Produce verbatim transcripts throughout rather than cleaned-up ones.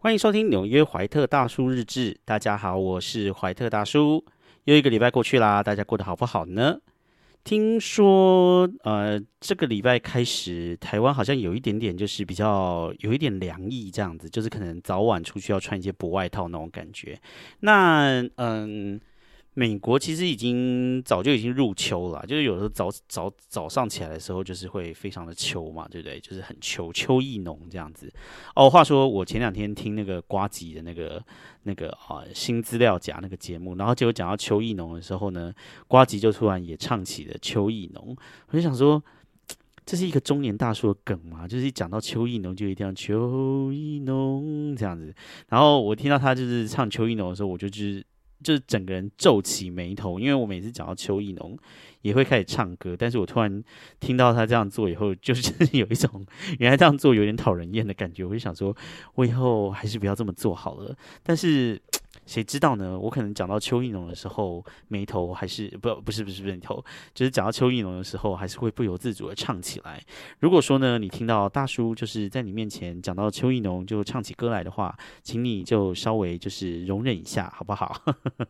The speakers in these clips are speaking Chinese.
欢迎收听纽约怀特大叔日志。大家好，我是怀特大叔。又一个礼拜过去啦，大家过得好不好呢？听说，呃，这个礼拜开始，台湾好像有一点点，就是比较有一点凉意这样子，就是可能早晚出去要穿一些薄外套那种感觉。那，嗯。美国其实已经早就已经入秋了，就是有时候早早早上起来的时候，就是会非常的秋嘛，对不对？就是很秋，秋意浓这样子。哦，话说我前两天听那个呱吉的那个那个啊新资料夹那个节目，然后结果讲到秋意浓的时候呢，呱吉就突然也唱起了秋意浓，我就想说。这是一个中年大叔的梗嘛，就是一讲到秋意浓就一定要秋意浓这样子。然后我听到他就是唱秋意浓的时候，我就就是就是整个人皱起眉头，因为我每次讲到邱意浓也会开始唱歌，但是我突然听到他这样做以后，就是有一种原来这样做有点讨人厌的感觉，我就想说，我以后还是不要这么做好了。但是谁知道呢？我可能讲到邱意浓的时候，眉头还是不不是不是眉头，就是讲到邱意浓的时候，还是会不由自主的唱起来。如果说呢，你听到大叔就是在你面前讲到邱意浓就唱起歌来的话，请你就稍微就是容忍一下，好不好？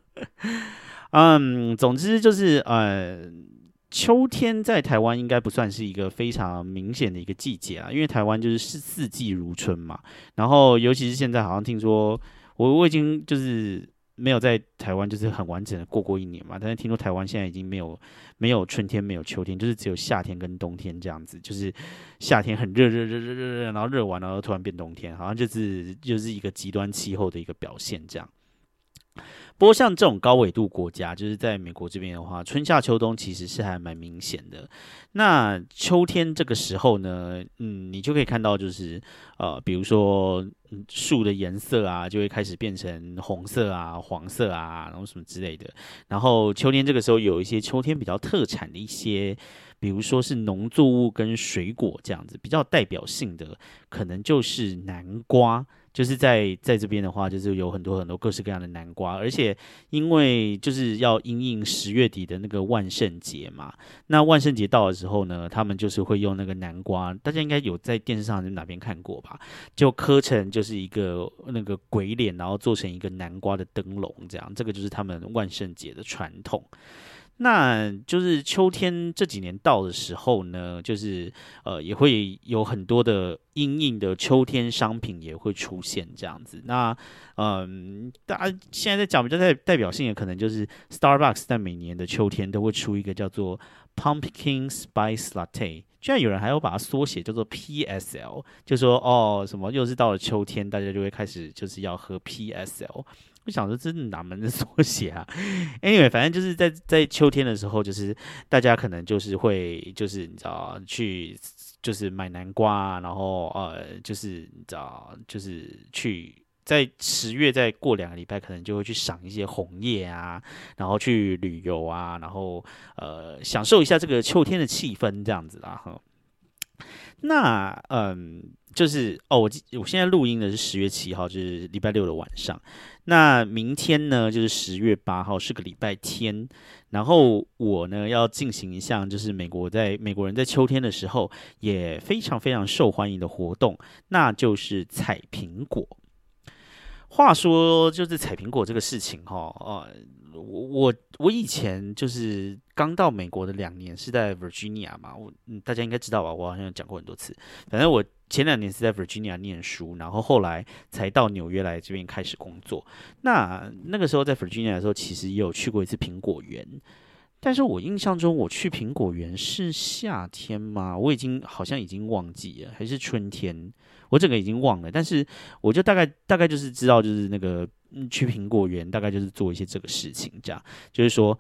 嗯，总之就是呃，秋天在台湾应该不算是一个非常明显的一个季节啊，因为台湾就是四季如春嘛。然后尤其是现在，好像听说我我已经就是没有在台湾就是很完整的过过一年嘛，但是听说台湾现在已经没有没有春天，没有秋天，就是只有夏天跟冬天这样子，就是夏天很热热热热热热，然后热完然后突然变冬天，好像就是就是一个极端气候的一个表现这样。不过像这种高纬度国家，就是在美国这边的话，春夏秋冬其实是还蛮明显的。那秋天这个时候呢，嗯，你就可以看到，就是呃，比如说嗯树的颜色啊，就会开始变成红色啊、黄色啊，然后什么之类的。然后秋天这个时候有一些秋天比较特产的一些，比如说是农作物跟水果这样子，比较代表性的，可能就是南瓜。就是在在这边的话，就是有很多很多各式各样的南瓜，而且因为就是要因应十月底的那个万圣节嘛，那万圣节到的时候呢，他们就是会用那个南瓜，大家应该有在电视上哪边看过吧？就刻成就是一个那个鬼脸，然后做成一个南瓜的灯笼，这样，这个就是他们万圣节的传统。那就是秋天这几年到的时候呢，就是呃也会有很多的因应的秋天商品也会出现这样子。那嗯，大家现在在讲比较代代表性的，可能就是 Starbucks 在每年的秋天都会出一个叫做 Pumpkin Spice Latte。居然有人还要把它缩写叫做 P S L， 就说哦什么又是到了秋天，大家就会开始就是要喝 P S L。我想说这是哪门的缩写啊？Anyway，反正就是在在秋天的时候，就是大家可能就是会就是你知道去就是买南瓜啊，然后呃就是你知道就是去。在十月再过两个礼拜，可能就会去赏一些红叶啊，然后去旅游啊，然后呃享受一下这个秋天的气氛，这样子啦哈。那嗯，就是哦，我我现在录音的是十月七号，就是礼拜六的晚上。那明天呢，就是十月八号，是个礼拜天。然后我呢要进行一项，就是美国在美国人在秋天的时候也非常非常受欢迎的活动，那就是采苹果。话说，就是采苹果这个事情哈，呃，我我我以前就是刚到美国的两年是在 Virginia 嘛，我嗯大家应该知道吧，我好像有讲过很多次。反正我前两年是在 Virginia 念书，然后后来才到纽约来这边开始工作。那那个时候在 Virginia 的时候，其实也有去过一次苹果园。但是我印象中，我去苹果园是夏天吗？我已经好像已经忘记了，还是春天？我整个已经忘了。但是我就大概大概就是知道，就是那个、嗯、去苹果园，大概就是做一些这个事情，这样就是说，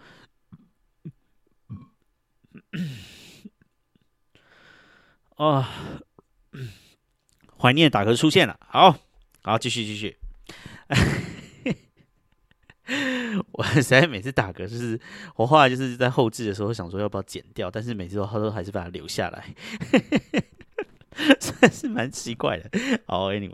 啊、怀念打嗝出现了。好，好，继续继续。我实在每次打嗝，就是我后来就是在后置的时候想说要不要剪掉，但是每次都他都还是把它留下来，算是蛮奇怪的。好 ，anyway，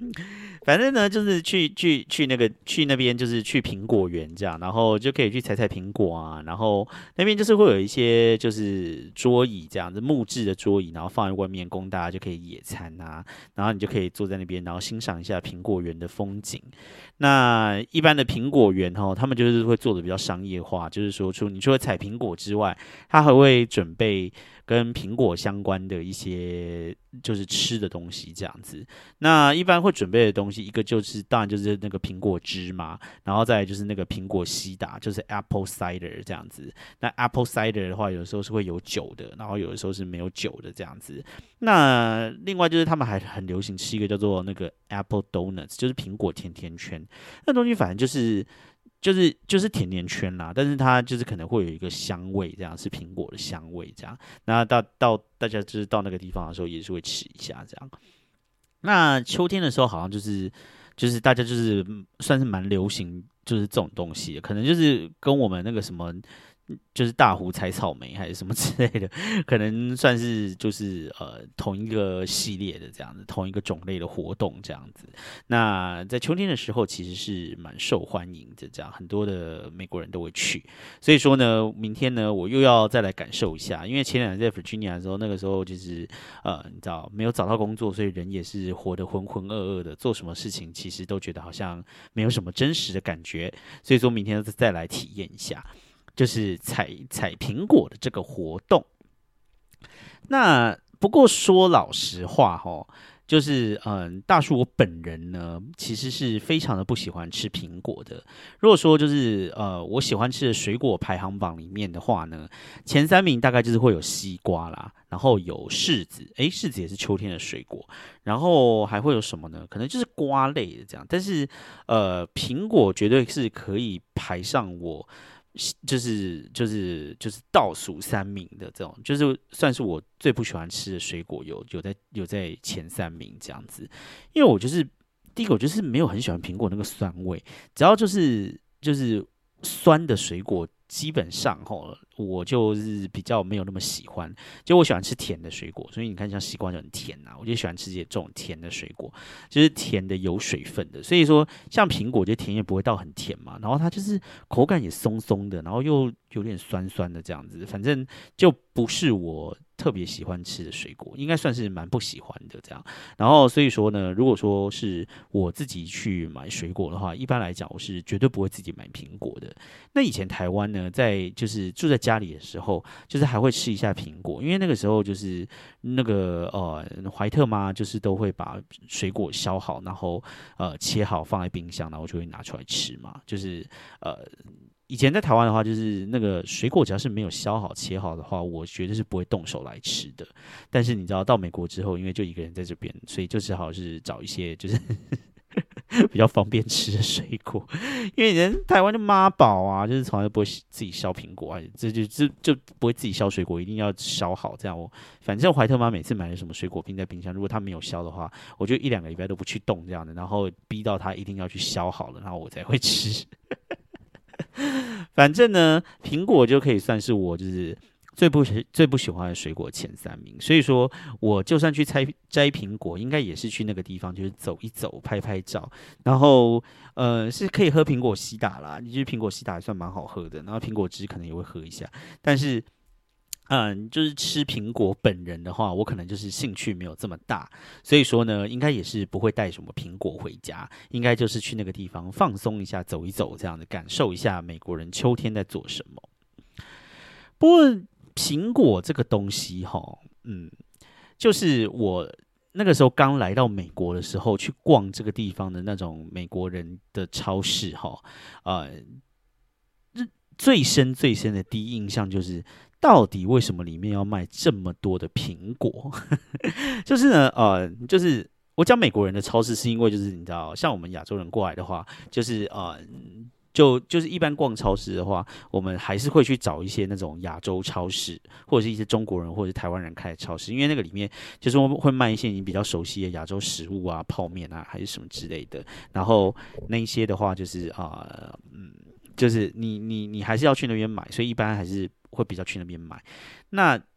反正呢，就是去去去那个去那边，就是去苹果园这样，然后就可以去采采苹果啊，然后那边就是会有一些就是桌椅这样子，木质的桌椅，然后放在外面供大家就可以野餐啊，然后你就可以坐在那边，然后欣赏一下苹果园的风景。那一般的苹果园哈，他们就是会做的比较商业化，就是说除你除了采苹果之外，他还会准备跟苹果相关的一些就是吃的东西这样子。那一般会准备的东西，一个就是当然就是那个苹果汁嘛，然后再来就是那个苹果西打，就是 apple cider 这样子。那 apple cider 的话，有的时候是会有酒的，然后有的时候是没有酒的这样子。那另外就是他们还很流行吃一个叫做那个 apple donuts，就是苹果甜甜圈。那东西反正就是就是就是甜甜圈啦，但是它就是可能会有一个香味，这样是苹果的香味这样。那到到大家就是到那个地方的时候，也是会吃一下这样。那秋天的时候，好像就是就是大家就是算是蛮流行，就是这种东西的，可能就是跟我们那个什么。就是大湖采草莓还是什么之类的，可能算是就是呃同一个系列的这样子，同一个种类的活动这样子。那在秋天的时候，其实是蛮受欢迎的，这样很多的美国人都会去。所以说呢，明天呢我又要再来感受一下，因为前两天在 Virginia 的时候，那个时候就是呃你知道没有找到工作，所以人也是活得浑浑噩噩的，做什么事情其实都觉得好像没有什么真实的感觉。所以说明天再来体验一下。就是采采苹果的这个活动。那不过说老实话哈，就是嗯，大叔我本人呢，其实是非常的不喜欢吃苹果的。如果说就是呃，我喜欢吃的水果排行榜里面的话呢，前三名大概就是会有西瓜啦，然后有柿子，诶，柿子也是秋天的水果，然后还会有什么呢？可能就是瓜类的这样。但是呃，苹果绝对是可以排上我。就是就是就是倒数三名的这种，就是算是我最不喜欢吃的水果有，有在有在前三名这样子。因为我就是第一个，我就是没有很喜欢苹果那个酸味，只要就是就是酸的水果，基本上吼我就是比较没有那么喜欢。就我喜欢吃甜的水果，所以你看像西瓜就很甜啊，我就喜欢吃这些这种甜的水果，就是甜的有水分的。所以说像苹果，就甜也不会到很甜嘛，然后它就是口感也松松的，然后又有点酸酸的这样子，反正就不是我特别喜欢吃的水果，应该算是蛮不喜欢的这样。然后所以说呢，如果说是我自己去买水果的话，一般来讲我是绝对不会自己买苹果的。那以前台湾呢，在就是住在家里的时候，就是还会吃一下苹果，因为那个时候就是那个呃怀特妈就是都会把水果削好，然后呃切好放在冰箱，然后就会拿出来吃嘛，就是呃。以前在台湾的话，就是那个水果只要是没有削好切好的话，我绝对是不会动手来吃的。但是你知道到美国之后，因为就一个人在这边，所以就只好是找一些就是比较方便吃的水果。因为人台湾就妈宝啊，就是从来不会自己削苹果啊，这就就就不会自己削水果，一定要削好这样。我反正怀特妈每次买了什么水果冰在冰箱，如果她没有削的话，我就一两个礼拜都不去动这样的，然后逼到她一定要去削好了，然后我才会吃。反正呢，苹果就可以算是我就是最不最不喜欢的水果前三名。所以说我就算去摘摘苹果，应该也是去那个地方，就是走一走、拍拍照，然后呃是可以喝苹果西打啦，就是苹果西打还算蛮好喝的，然后苹果汁可能也会喝一下，但是。嗯，就是吃苹果本人的话，我可能就是兴趣没有这么大，所以说呢，应该也是不会带什么苹果回家，应该就是去那个地方放松一下，走一走，这样的感受一下美国人秋天在做什么。不过苹果这个东西哈，嗯，就是我那个时候刚来到美国的时候，去逛这个地方的那种美国人的超市哈，呃，最深最深的第一印象就是。到底为什么里面要卖这么多的苹果？就是呢，呃，就是我讲美国人的超市，是因为就是你知道，像我们亚洲人过来的话，就是呃，就就是一般逛超市的话，我们还是会去找一些那种亚洲超市，或者是一些中国人或者是台湾人开的超市，因为那个里面就是会卖一些你比较熟悉的亚洲食物啊，泡面啊，还是什么之类的。然后那一些的话，就是啊、呃，嗯，就是你你你还是要去那边买，所以一般还是。会比较去那边买。那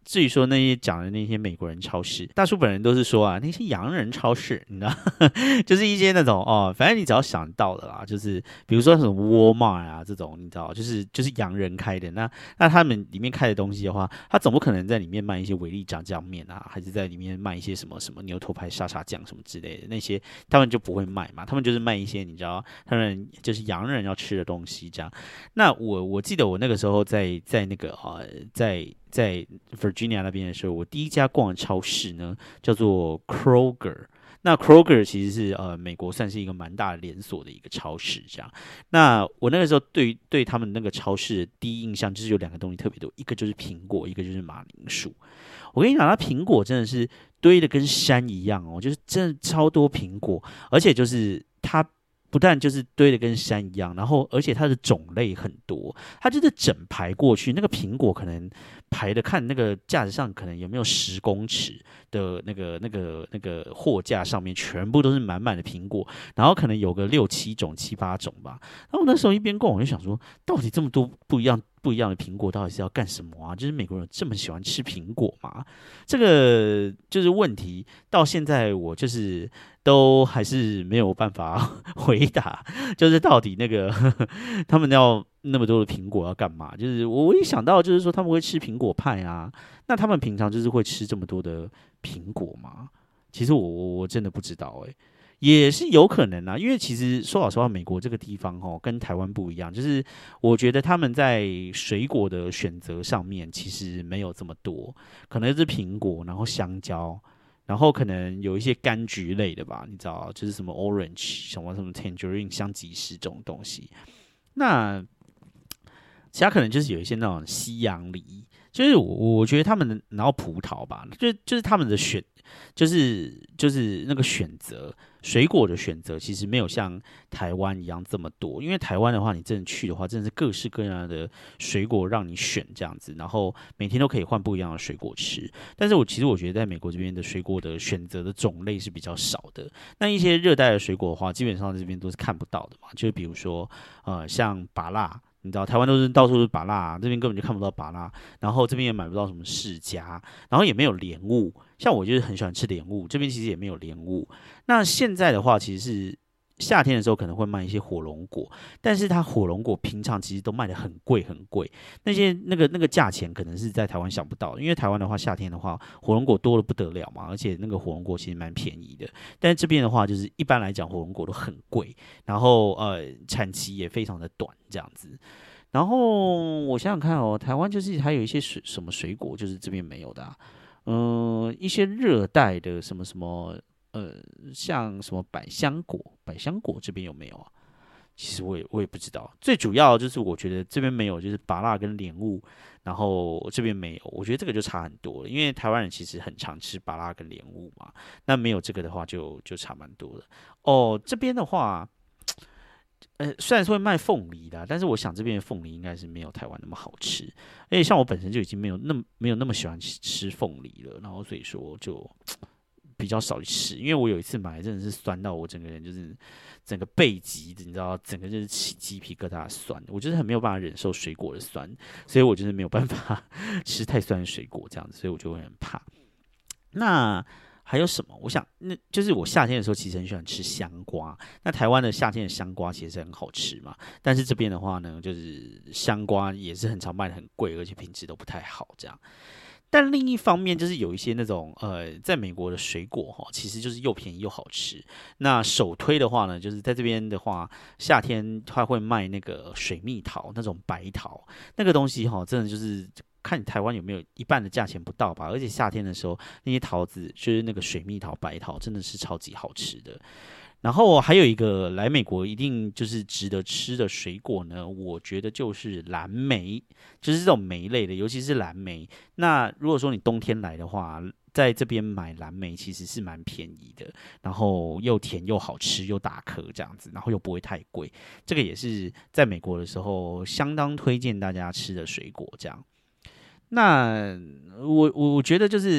至于说那些讲的那些美国人超市，大叔本人都是说啊，那些洋人超市，你知道，就是一些那种哦，反正你只要想到的啦，就是比如说什么沃尔玛啊这种，你知道，就是就是洋人开的，那那他们里面开的东西的话，他总不可能在里面卖一些维力炸酱面啊，还是在里面卖一些什么什么牛头牌沙沙酱什么之类的，那些他们就不会卖嘛，他们就是卖一些你知道，他们就是洋人要吃的东西这样。那我我记得我那个时候在在那个呃在在 Virginia 那边的时候，我第一家逛的超市呢叫做 Kroger。那 Kroger 其实是呃美国算是一个蛮大的连锁的一个超市，这样。那我那个时候对对他们那个超市的第一印象就是有两个东西特别多，一个就是苹果，一个就是马铃薯。我跟你讲，它苹果真的是堆的跟山一样哦，就是真的超多苹果，而且就是它不但就是堆的跟山一样，然后而且它的种类很多，它就是整排过去，那个苹果可能排的看那个架子上可能有没有十公尺的那个那个那个货架上面全部都是满满的苹果，然后可能有个六七种七八种吧。然后我那时候一边逛我就想说，到底这么多不一样不一样的苹果到底是要干什么啊？就是美国人这么喜欢吃苹果吗？这个就是问题，到现在我就是都还是没有办法回答，就是到底那个呵呵他们要那么多的苹果要干嘛？就是我一想到就是说他们会吃苹果派啊，那他们平常就是会吃这么多的苹果吗？其实我我真的不知道哎、欸。也是有可能啊，因为其实说老实话，美国这个地方哦，跟台湾不一样，就是我觉得他们在水果的选择上面其实没有这么多，可能是苹果，然后香蕉，然后可能有一些柑橘类的吧，你知道，就是什么 orange、什么什么 tangerine、香吉士这种东西。那其他可能就是有一些那种西洋梨，就是我我觉得他们的，然后葡萄吧，就就是他们的选，就是就是那个选择水果的选择，其实没有像台湾一样这么多。因为台湾的话，你真的去的话，真的是各式各样的水果让你选这样子，然后每天都可以换不一样的水果吃。但是我其实我觉得在美国这边的水果的选择的种类是比较少的。那一些热带的水果的话，基本上这边都是看不到的嘛，就是比如说呃像芭乐。你知道台湾都是到处是芭乐，这边根本就看不到芭乐，然后这边也买不到什么释迦，然后也没有莲雾。像我就是很喜欢吃莲雾，这边其实也没有莲雾。那现在的话，其实是夏天的时候可能会卖一些火龙果，但是它火龙果平常其实都卖得很贵很贵，那些那个那个价钱可能是在台湾想不到的，因为台湾的话夏天的话火龙果多得不得了嘛，而且那个火龙果其实蛮便宜的。但是这边的话，就是一般来讲火龙果都很贵，然后呃产期也非常的短这样子。然后我想想看哦，台湾就是还有一些水什么水果，就是这边没有的、啊，嗯、呃，一些热带的什么什么，呃，像什么百香果，百香果这边有没有啊？其实我也我也不知道。最主要就是我觉得这边没有，就是芭乐跟莲雾，然后这边没有，我觉得这个就差很多了。因为台湾人其实很常吃芭乐跟莲雾嘛，那没有这个的话就就差蛮多的。哦，这边的话。呃，虽然说会卖凤梨的，但是我想这边的凤梨应该是没有台湾那么好吃。而且像我本身就已经没有那么没有那么喜欢吃凤梨了，然后所以说就比较少去吃。因为我有一次买，真的是酸到我整个人就是整个背脊，你知道，整个就是起鸡皮疙瘩的酸。我就是很没有办法忍受水果的酸，所以我就是没有办法吃太酸的水果这样子，所以我就会很怕。那还有什么？我想，那就是我夏天的时候其实很喜欢吃香瓜。那台湾的夏天的香瓜其实很好吃嘛，但是这边的话呢，就是香瓜也是很常卖的很贵，而且品质都不太好这样。但另一方面，就是有一些那种呃，在美国的水果哈，其实就是又便宜又好吃。那首推的话呢，就是在这边的话，夏天它会卖那个水蜜桃，那种白桃，那个东西哈，真的就是看台湾有没有一半的价钱不到吧。而且夏天的时候，那些桃子就是那个水蜜桃、白桃，真的是超级好吃的。然后还有一个来美国一定就是值得吃的水果呢，我觉得就是蓝莓，就是这种莓类的，尤其是蓝莓。那如果说你冬天来的话，在这边买蓝莓其实是蛮便宜的，然后又甜又好吃又大颗这样子，然后又不会太贵。这个也是在美国的时候相当推荐大家吃的水果这样。那我我我觉得就是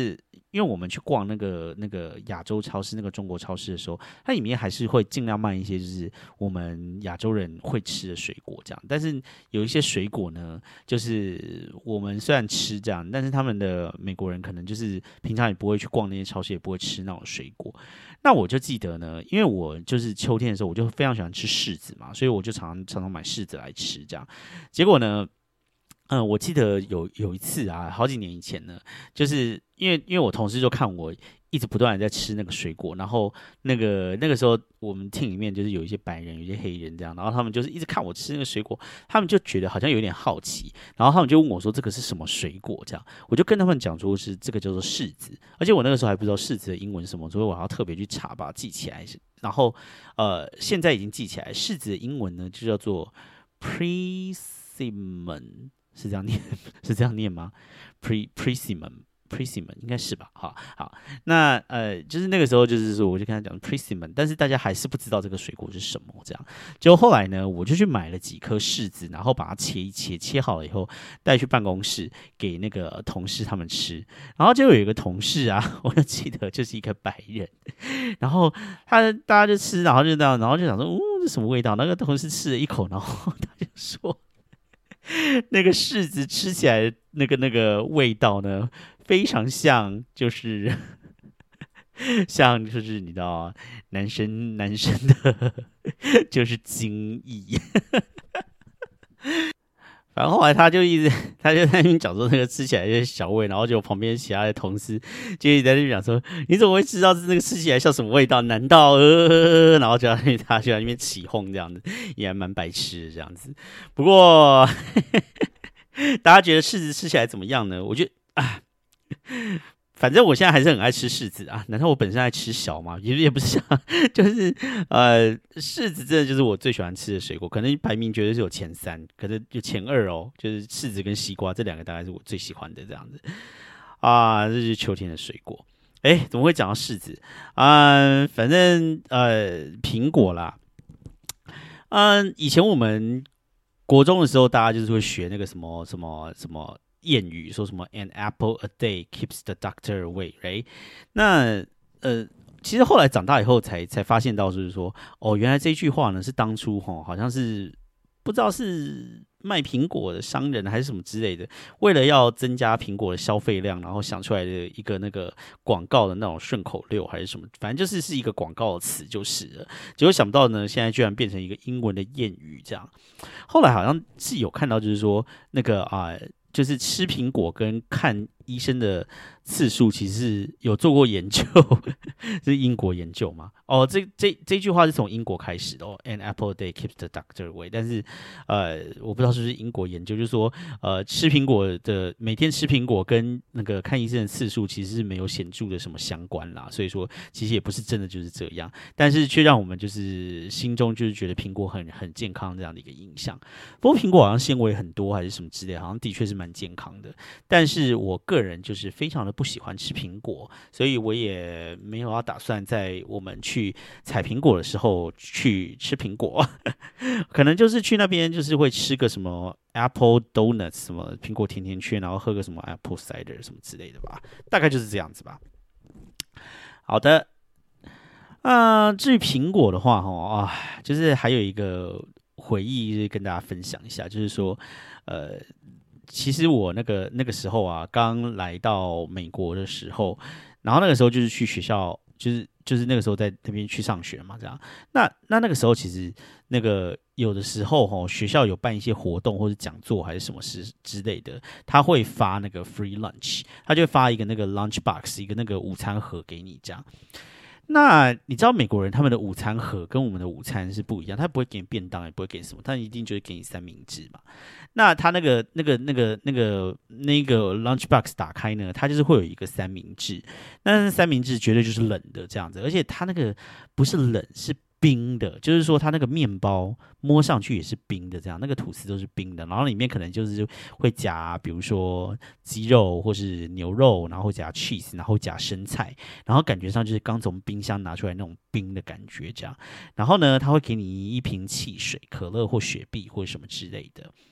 因为我们去逛那个那个亚洲超市、那个中国超市的时候，它里面还是会尽量卖一些就是我们亚洲人会吃的水果这样。但是有一些水果呢，就是我们虽然吃这样，但是他们的美国人可能就是平常也不会去逛那些超市，也不会吃那种水果。那我就记得呢，因为我就是秋天的时候，我就非常喜欢吃柿子嘛，所以我就常常常常买柿子来吃这样。结果呢？嗯，我记得有有一次啊，好几年以前呢，就是因为因为我同事就看我一直不断的在吃那个水果，然后那个那个时候我们 team 里面就是有一些白人，有一些黑人这样，然后他们就是一直看我吃那个水果，他们就觉得好像有点好奇，然后他们就问我说这个是什么水果这样，我就跟他们讲说是这个叫做柿子，而且我那个时候还不知道柿子的英文是什么，所以我还要特别去查把它记起来，然后呃现在已经记起来，柿子的英文呢就叫做 persimmon。是这样念，是这样念吗 ？Pre persimmon persimmon 应该是吧？好，好，那呃，就是那个时候，就是说，我就跟他讲 persimmon，但是大家还是不知道这个水果是什么，这样。结果后来呢，我就去买了几颗柿子，然后把它切一切，切好了以后带去办公室给那个同事他们吃。然后就有一个同事啊，我就记得就是一个白人，然后他大家就吃，然后就这样，然后就想说，哦，这什么味道？那个同事吃了一口，然后他就说。那个柿子吃起来那个那个味道呢，非常像，就是像就是你知道，男生男生的，就是精液。然后后来他就一直，他就在那边讲说那个吃起来就是小味，然后就旁边其他的同事就一直在那边讲说，你怎么会知道是那个吃起来像什么味道？难道呃，然后就在他就在那边起哄这样子，也还蛮白痴的这样子。不过大家觉得柿子吃起来怎么样呢？我觉得啊。反正我现在还是很爱吃柿子啊，难道我本身爱吃小吗？也也不是像，就是呃，柿子真的就是我最喜欢吃的水果，可能排名绝对是有前三，可能就前二哦，就是柿子跟西瓜这两个大概是我最喜欢的这样子啊，这就是秋天的水果。哎，怎么会讲到柿子啊、呃？反正呃，苹果啦，嗯、呃，以前我们国中的时候，大家就是会学那个什么什么什么。谚语说什么 "An apple a day keeps the doctor away"，right？ 那呃，其实后来长大以后才才发现到，就是说，哦，原来这句话呢是当初哈，好像是不知道是卖苹果的商人还是什么之类的，为了要增加苹果的消费量，然后想出来的一个那个广告的那种顺口溜还是什么，反正就是是一个广告的词就是了。结果想不到呢，现在居然变成一个英文的谚语这样。后来好像是有看到，就是说那个啊。呃就是吃苹果跟看医生的次数，其实是有做过研究，是英国研究嘛？哦，这这这句话是从英国开始的哦 ，"An apple a day keeps the doctor away"。但是，呃，我不知道是不是英国研究，就是说，呃，吃苹果的每天吃苹果跟那个看医生的次数其实是没有显著的什么相关啦。所以说，其实也不是真的就是这样，但是却让我们就是心中就是觉得苹果很很健康这样的一个印象。不过苹果好像纤维很多还是什么之类的，好像的确是蛮健康的。但是我个人就是非常的不喜欢吃苹果，所以我也没有要打算在我们去采苹果的时候去吃苹果，可能就是去那边就是会吃个什么 Apple Donuts 什么苹果甜甜圈，然后喝个什么 Apple Cider 什么之类的吧，大概就是这样子吧。好的，啊、呃，至于苹果的话，哈啊，就是还有一个回忆跟大家分享一下，就是说，呃。其实我那个那个时候啊，刚来到美国的时候，然后那个时候就是去学校，就是就是那个时候在那边去上学嘛，这样。那那那个时候其实那个有的时候哈，学校有办一些活动或者讲座还是什么事之类的，他会发那个 free lunch， 他就会发一个那个 lunch box， 一个那个午餐盒给你这样。那你知道美国人他们的午餐盒跟我们的午餐是不一样，他不会给你便当，也不会给你什么，他一定就是给你三明治嘛。那他那个那个那个那个那个 lunch box 打开呢，它就是会有一个三明治，那三明治绝对就是冷的这样子，而且它那个不是冷是冰的，就是说它那个面包摸上去也是冰的，这样那个吐司都是冰的，然后里面可能就是会夹，比如说鸡肉或是牛肉，然后会夹 cheese， 然后夹生菜，然后感觉上就是刚从冰箱拿出来那种冰的感觉这样。然后呢，他会给你一瓶汽水，可乐或雪碧或者什么之类的。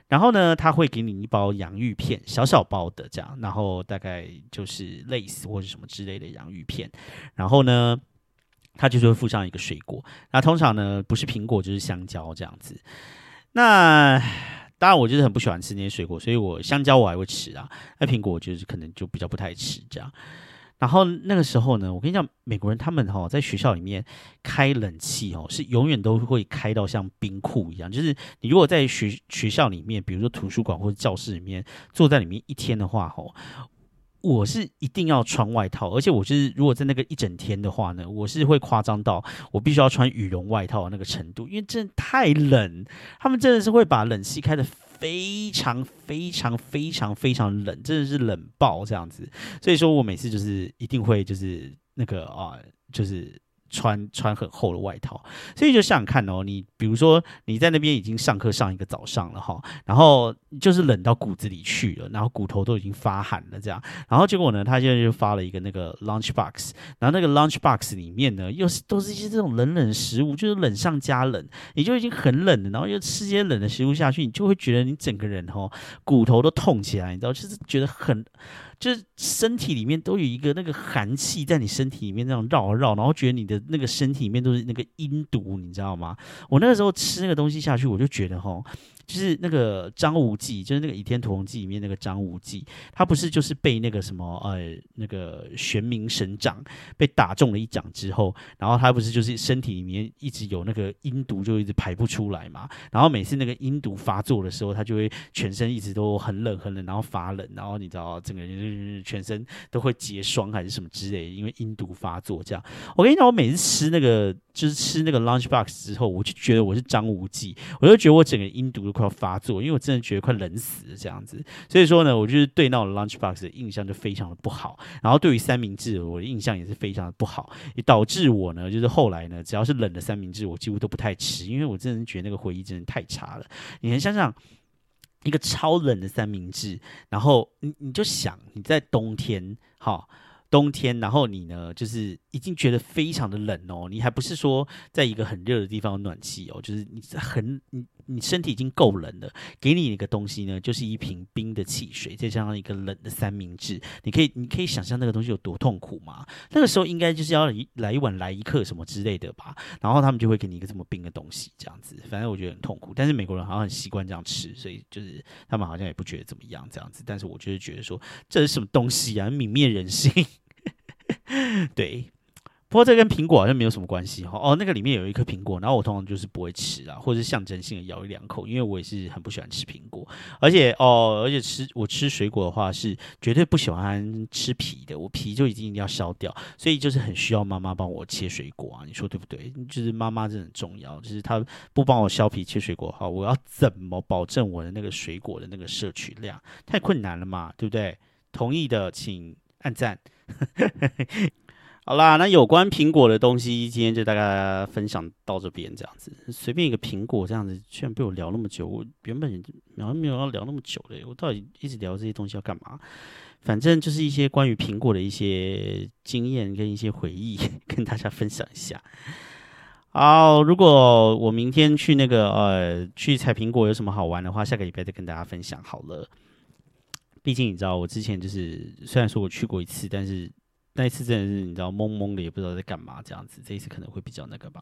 然后呢，他会给你一包洋芋片，小小包的这样，然后大概就是类似或者什么之类的洋芋片。然后呢，他就是会附上一个水果，那通常呢不是苹果就是香蕉这样子。那当然我就是很不喜欢吃那些水果，所以我香蕉我还会吃啊，那苹果我就是可能就比较不太吃这样。然后那个时候呢，我跟你讲，美国人他们哈、哦、在学校里面开冷气哦，是永远都会开到像冰库一样。就是你如果在学学校里面，比如说图书馆或者教室里面坐在里面一天的话，吼，我是一定要穿外套，而且我就是如果在那个一整天的话呢，我是会夸张到我必须要穿羽绒外套的那个程度，因为真的太冷，他们真的是会把冷气开的非常非常非常非常冷，真的是冷爆这样子。所以说我每次就是一定会就是那个啊，就是穿穿很厚的外套。所以就想想看哦，你比如说你在那边已经上课上一个早上了哈，然后就是冷到骨子里去了，然后骨头都已经发寒了这样，然后结果呢，他现在就发了一个那个 lunch box， 然后那个 lunch box 里面呢，又是都是一些这种冷冷的食物，就是冷上加冷，你就已经很冷了，然后又吃些冷的食物下去，你就会觉得你整个人哦骨头都痛起来，你知道，就是觉得很。就是身体里面都有一个那个寒气在你身体里面那样绕啊绕，然后觉得你的那个身体里面都是那个阴毒，你知道吗？我那个时候吃那个东西下去，我就觉得吼，就是那个张无忌，就是那个《倚天屠龙记》里面那个张无忌，他不是就是被那个什么呃那个玄冥神掌被打中了一掌之后，然后他不是就是身体里面一直有那个阴毒就一直排不出来嘛，然后每次那个阴毒发作的时候，他就会全身一直都很冷很冷，然后发冷，然后你知道整个人全身都会结霜还是什么之类的，因为阴毒发作这样。我跟你讲，我每次吃那个就是吃那个 lunch box 之后，我就觉得我是张无忌，我就觉得我整个阴毒都快要发作，因为我真的觉得快冷死了这样子。所以说呢，我就是对那种 lunch box 的印象就非常的不好，然后对于三明治我的印象也是非常的不好，也导致我呢就是后来呢，只要是冷的三明治，我几乎都不太吃，因为我真的觉得那个回忆真的太差了。你能想想？一个超冷的三明治，然后你你就想你在冬天，哈，冬天，然后你呢，就是已经觉得非常的冷哦，你还不是说在一个很热的地方有暖气哦，就是你很你你身体已经够冷了，给你一个东西呢，就是一瓶冰的汽水，再加上一个冷的三明治，你可以你可以想象那个东西有多痛苦吗？那个时候应该就是要来一碗来一克什么之类的吧，然后他们就会给你一个这么冰的东西，这样子，反正我觉得很痛苦。但是美国人好像很习惯这样吃，所以就是他们好像也不觉得怎么样这样子。但是我就是觉得说这是什么东西啊，泯灭人性。对。不过这跟苹果好像没有什么关系哈。哦，那个里面有一颗苹果，然后我通常就是不会吃啊，或者是象征性的咬一两口，因为我也是很不喜欢吃苹果，而且哦，而且吃我吃水果的话是绝对不喜欢吃皮的，我皮就已经一定要削掉，所以就是很需要妈妈帮我切水果啊，你说对不对？就是妈妈真的很重要，就是她不帮我削皮切水果的话，我要怎么保证我的那个水果的那个摄取量？太困难了嘛，对不对？同意的请按赞。好啦，那有关苹果的东西，今天就大概分享到这边，这样子，随便一个苹果这样子，居然被我聊那么久，我原本好像没有要聊那么久的，我到底一直聊这些东西要干嘛？反正就是一些关于苹果的一些经验跟一些回忆，跟大家分享一下。好，如果我明天去那个呃去采苹果有什么好玩的话，下个礼拜再跟大家分享好了。毕竟你知道，我之前就是虽然说我去过一次，但是那一次真的是你知道懵懵的，也不知道在干嘛这样子。这一次可能会比较那个吧。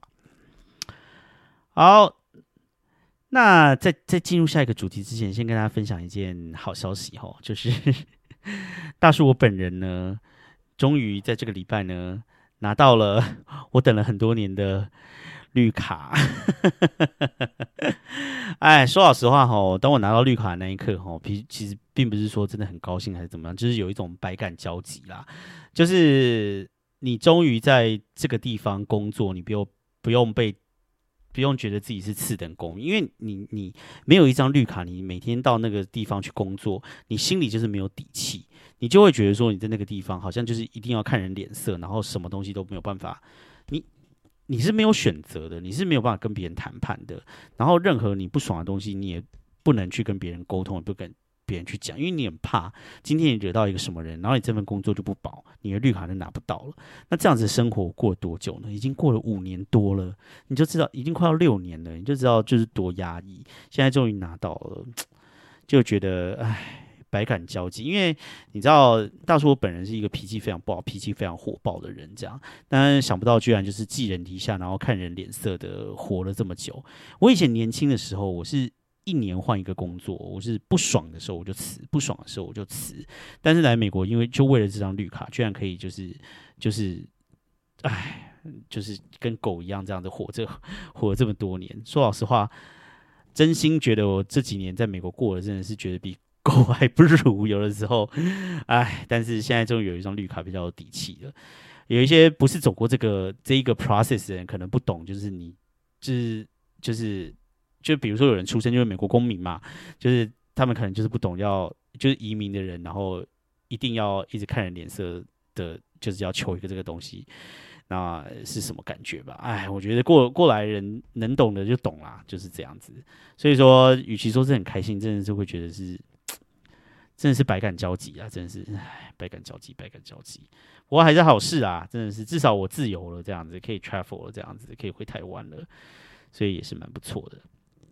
好，那在在进入下一个主题之前，先跟大家分享一件好消息哈，就是大叔我本人呢，终于在这个礼拜呢拿到了我等了很多年的绿卡。哎，说老实话哈，当我拿到绿卡的那一刻哈，其实并不是说真的很高兴还是怎么样，就是有一种百感交集啦。就是你终于在这个地方工作，你不用不用被不用觉得自己是次等公民，因为你你没有一张绿卡，你每天到那个地方去工作，你心里就是没有底气，你就会觉得说你在那个地方好像就是一定要看人脸色，然后什么东西都没有办法，你你是没有选择的，你是没有办法跟别人谈判的，然后任何你不爽的东西，你也不能去跟别人沟通，也不跟别人去讲，因为你很怕今天你惹到一个什么人，然后你这份工作就不保，你的绿卡就拿不到了。那这样子的生活过了多久呢？已经过了五年多了，你就知道已经快要六年了，你就知道就是多压抑。现在终于拿到了， 就觉得唉。百感交集，因为你知道，大叔我本人是一个脾气非常不好、脾气非常火爆的人，这样，但是想不到居然就是寄人篱下，然后看人脸色的活了这么久。我以前年轻的时候，我是一年换一个工作，我是不爽的时候我就辞，不爽的时候我就辞。但是来美国，因为就为了这张绿卡，居然可以就是就是，唉，就是跟狗一样这样子活着，活了这么多年。说老实话，真心觉得我这几年在美国过得真的是觉得比狗还不如，有的时候，哎，但是现在终于有一张绿卡比较有底气了。有一些不是走过这个这一个 process 的人可能不懂，就是你就是就是就比如说有人出生就是美国公民嘛，就是他们可能就是不懂要就是移民的人，然后一定要一直看人脸色的，就是要求一个这个东西。那是什么感觉吧？哎，我觉得过过来人能懂的就懂啦，就是这样子。所以说，与其说是很开心，真的是会觉得是。真的是百感交集啊！真的是，唉，百感交集，百感交集。不过还是好事啊，真的是，至少我自由了，这样子可以 travel 了，这样子可以回台湾了，所以也是蛮不错的。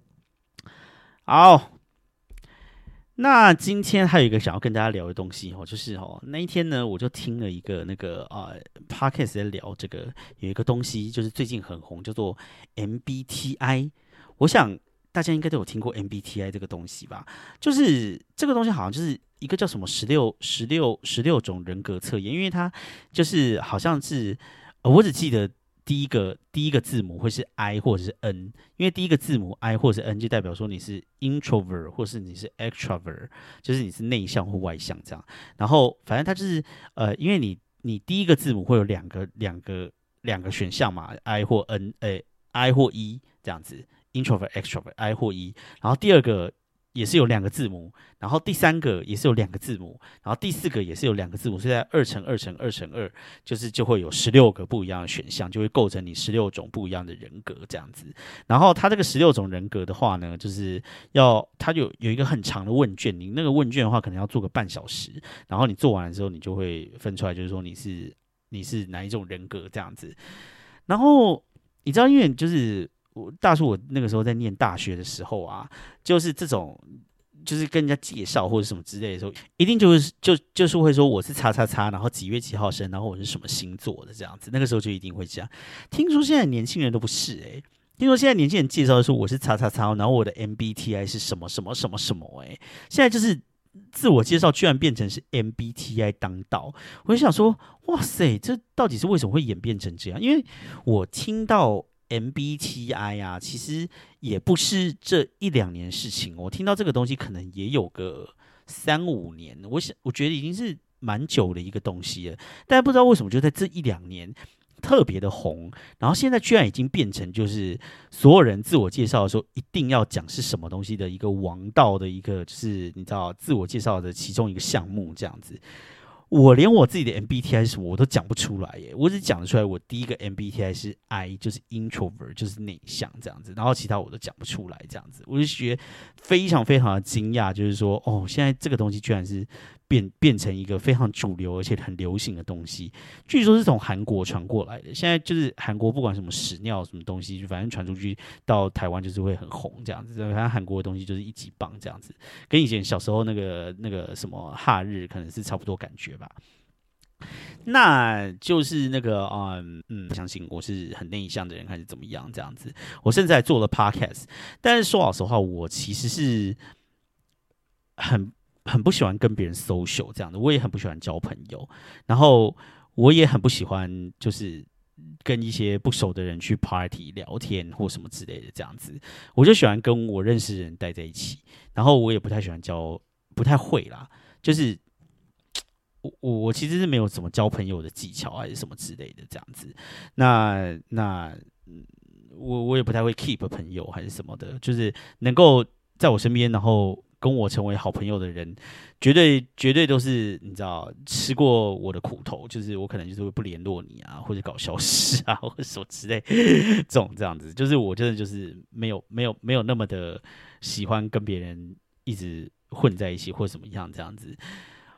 好，那今天还有一个想要跟大家聊的东西哦，就是哦那一天呢，我就听了一个那个呃 podcast 在聊这个有一个东西，就是最近很红，叫做 M B T I。我想。大家应该都有听过 M B T I 这个东西吧？就是这个东西好像就是一个叫什么十六十六十六种人格测验，因为它就是好像是，呃、我只记得第一个第一个字母会是 I 或者是 N， 因为第一个字母 I 或者是 N 就代表说你是 introvert 或是你是 extrovert， 就是你是内向或外向这样。然后反正它就是呃，因为你你第一个字母会有两个两个两个选项嘛 ，I 或 N， 诶、欸、I 或 E 这样子。introvert, extrovert, I 或 E， 然后第二个也是有两个字母，然后第三个也是有两个字母，然后第四个也是有两个字母，所以在二乘二乘二乘二，就是就会有十六个不一样的选项，就会构成你十六种不一样的人格这样子。然后它这个十六种人格的话呢，就是要它有有一个很长的问卷，你那个问卷的话可能要做个半小时，然后你做完了之后，你就会分出来，就是说你是你是哪一种人格这样子。然后你知道，因为就是我大叔，我那个时候在念大学的时候啊，就是这种，就是跟人家介绍或者什么之类的时候，一定就是就就是会说我是叉叉叉，然后几月几号生，然后我是什么星座的这样子。那个时候就一定会这样。听说现在年轻人都不是哎、欸，听说现在年轻人介绍说我是叉叉叉，然后我的 M B T I 是什么什么什么什么哎、欸，现在就是自我介绍居然变成是 M B T I 当道，我就想说，哇塞，这到底是为什么会演变成这样？因为我听到。M B T I 啊，其实也不是这一两年事情。我听到这个东西可能也有个三五年，我想我觉得已经是蛮久的一个东西了。但不知道为什么就在这一两年特别的红，然后现在居然已经变成就是所有人自我介绍的时候一定要讲是什么东西的一个王道的一个，就是你知道自我介绍的其中一个项目这样子。我连我自己的 M B T I 是什么我都讲不出来耶，我只讲得出来我第一个 M B T I 是 I， 就是 introvert， 就是内向这样子，然后其他我都讲不出来这样子，我就觉得非常非常的惊讶，就是说哦，现在这个东西居然是变变成一个非常主流而且很流行的东西，据说是从韩国传过来的，现在就是韩国不管什么屎尿什么东西，反正传出去到台湾就是会很红这样子，反正韩国的东西就是一级棒这样子，跟以前小时候那个那个什么哈日可能是差不多感觉吧。那就是那个嗯嗯，相信我是很内向的人还是怎么样这样子，我甚至还做了 podcast， 但是说老实话，我其实是很很不喜欢跟别人 social 这样的，我也很不喜欢交朋友，然后我也很不喜欢就是跟一些不熟的人去 party 聊天或什么之类的这样子，我就喜欢跟我认识的人待在一起，然后我也不太喜欢交，不太会啦，就是我我我其实是没有什么交朋友的技巧还是什么之类的这样子，那那我我也不太会 keep 朋友还是什么的，就是能够在我身边，然后跟我成为好朋友的人，绝对绝对都是你知道吃过我的苦头，就是我可能就是会不联络你啊，或者搞消失啊，或者什么之类这种这样子，就是我真的就是没有没有没有那么的喜欢跟别人一直混在一起或怎么样这样子。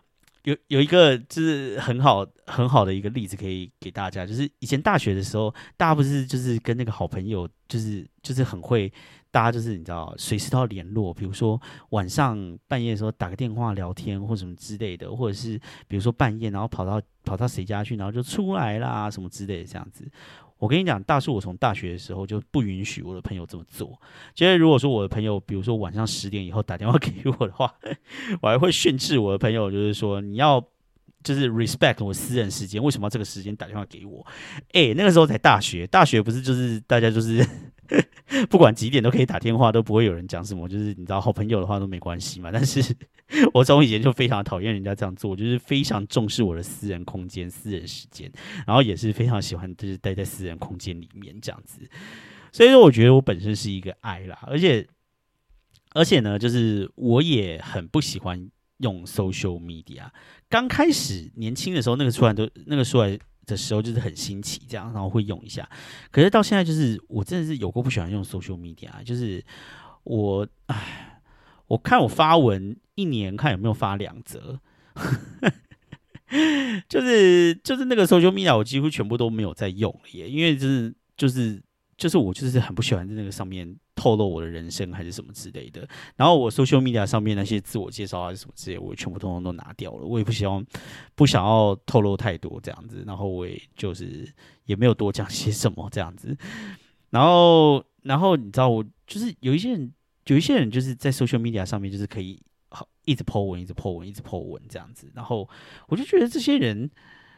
有有一个就是很好很好的一个例子可以给大家，就是以前大学的时候，大家不是就是跟那个好朋友，就是就是很会，大家就是你知道随时都要联络，比如说晚上半夜的时候打个电话聊天或什么之类的，或者是比如说半夜然后跑到跑到谁家去，然后就出来啦什么之类的这样子。我跟你讲，大叔，我从大学的时候就不允许我的朋友这么做。就是如果说我的朋友，比如说晚上十点以后打电话给我的话，我还会训斥我的朋友，就是说你要就是 respect 我私人时间，为什么要这个时间打电话给我？哎、欸，那个时候才大学，大学不是就是大家就是不管几点都可以打电话，都不会有人讲什么，就是你知道好朋友的话都没关系嘛。但是我从以前就非常讨厌人家这样做，我就是非常重视我的私人空间、私人时间，然后也是非常喜欢就是待在私人空间里面这样子。所以说，我觉得我本身是一个爱啦，而且而且呢，就是我也很不喜欢用 social media。刚开始年轻的时候，那个出来都那个出来的时候就是很新奇，这样然后会用一下。可是到现在，就是我真的是有够不喜欢用 social media， 就是我唉，我看我发文一年看有没有发两则。就是就是那个 social media 我几乎全部都没有在用了耶，因为就是就是就是我就是很不喜欢在那个上面透露我的人生还是什么之类的，然后我 social media 上面那些自我介绍还是什么之类的，我全部通通都拿掉了，我也不希望不想要透露太多这样子，然后我也就是也没有多讲些什么这样子，然后然后你知道我就是有一些人有一些人就是在 social media 上面就是可以一直 po 文一直 po 文一直 po 文这样子，然后我就觉得这些人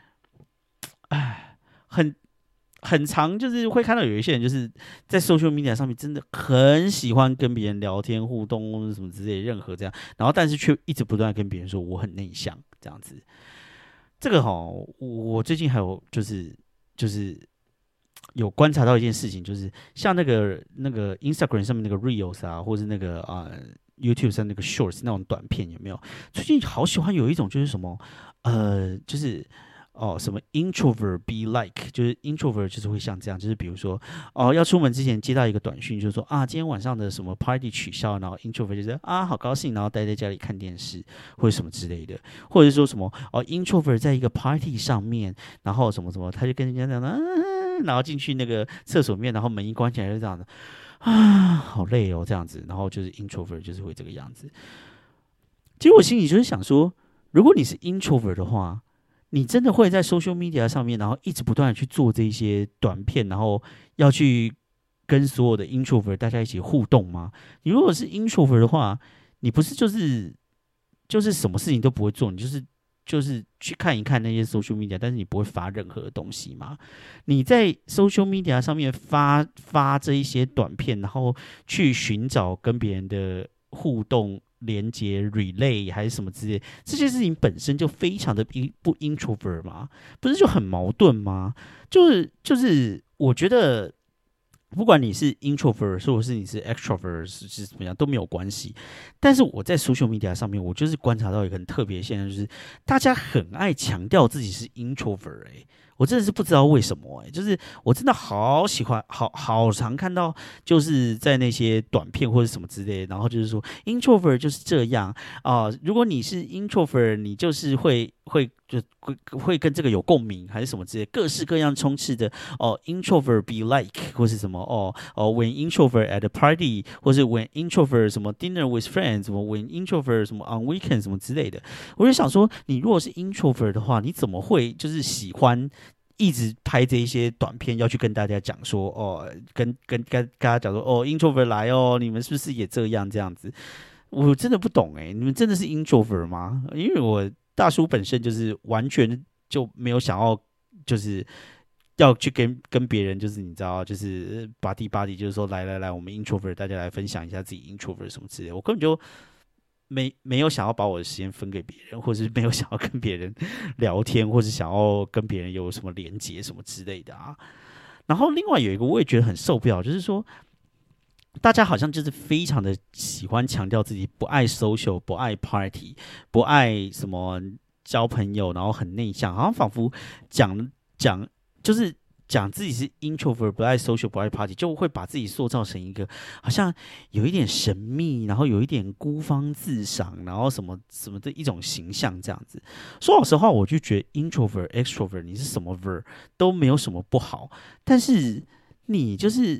唉很很常就是会看到有一些人就是在 social media 上面真的很喜欢跟别人聊天互动或者什么之类的任何这样，然后但是却一直不断跟别人说我很内向这样子。这个齁我最近还有就是就是有观察到一件事情，就是像那个那个 Instagram 上面那个 Reels 啊，或是那个啊、呃、YouTube 上那个 Shorts 那种短片有没有？最近好喜欢有一种就是什么呃就是哦，什么 introvert be like， 就是 introvert 就是会像这样，就是比如说哦，要出门之前接到一个短讯，就是说啊，今天晚上的什么 party 取消，然后 introvert 就是啊，好高兴，然后待在家里看电视或者什么之类的，或者是说什么哦 introvert 在一个 party 上面，然后什么什么，他就跟人家这样的、啊，然后进去那个厕所面，然后门一关起来就这样的啊，好累哦这样子，然后就是 introvert 就是会这个样子。其实我心里就是想说，如果你是 introvert 的话，你真的会在 social media 上面，然后一直不断的去做这些短片，然后要去跟所有的 introvert 大家一起互动吗？你如果是 introvert 的话，你不是就是就是什么事情都不会做，你就是就是去看一看那些 social media， 但是你不会发任何的东西吗？你在 social media 上面发发这一些短片，然后去寻找跟别人的互动连接 relay 还是什么之类，这些事情本身就非常的不 introvert 吗？不是就很矛盾吗？就是就是我觉得不管你是 introvert 或者是你是 extrovert 是是怎么样都没有关系，但是我在 social media 上面，我就是观察到一个很特别的现象，就是大家很爱强调自己是 introvert 哎、欸。我真的是不知道为什么哎、欸，就是我真的好喜欢，好好常看到，就是在那些短片或者什么之类的，然后就是说 introvert 就是这样啊、呃，如果你是 introvert， 你就是会会就会会跟这个有共鸣，还是什么之类的，各式各样充斥的哦 introvert be like 或是什么哦哦 when introvert at a party， 或是 when introvert 什么 dinner with friends， 什么 when introvert 什么 on weekend 什么之类的，我就想说，你如果是 introvert 的话，你怎么会就是喜欢一直拍这一些短片，要去跟大家讲说，哦，跟跟跟跟大家讲说，哦 ，introvert 来哦，你们是不是也这样这样子？我真的不懂哎、欸，你们真的是 introvert 吗？因为我大叔本身就是完全就没有想要，就是要去跟跟别人，就是你知道，就是 body body， 就是说来来来，我们 introvert 大家来分享一下自己 introvert 什么之类的，我根本就。没没有想要把我的时间分给别人，或是没有想要跟别人聊天，或是想要跟别人有什么连结什么之类的啊。然后另外有一个我也觉得很受不了，就是说大家好像就是非常的喜欢强调自己不爱 social， 不爱 party， 不爱什么交朋友，然后很内向，好像仿佛讲讲就是讲自己是 introvert 不爱 social 不爱 party， 就会把自己塑造成一个好像有一点神秘，然后有一点孤芳自赏，然后什么什么的一种形象这样子。说老实话，我就觉得 introvert extrovert 你是什么 ver 都没有什么不好，但是你就是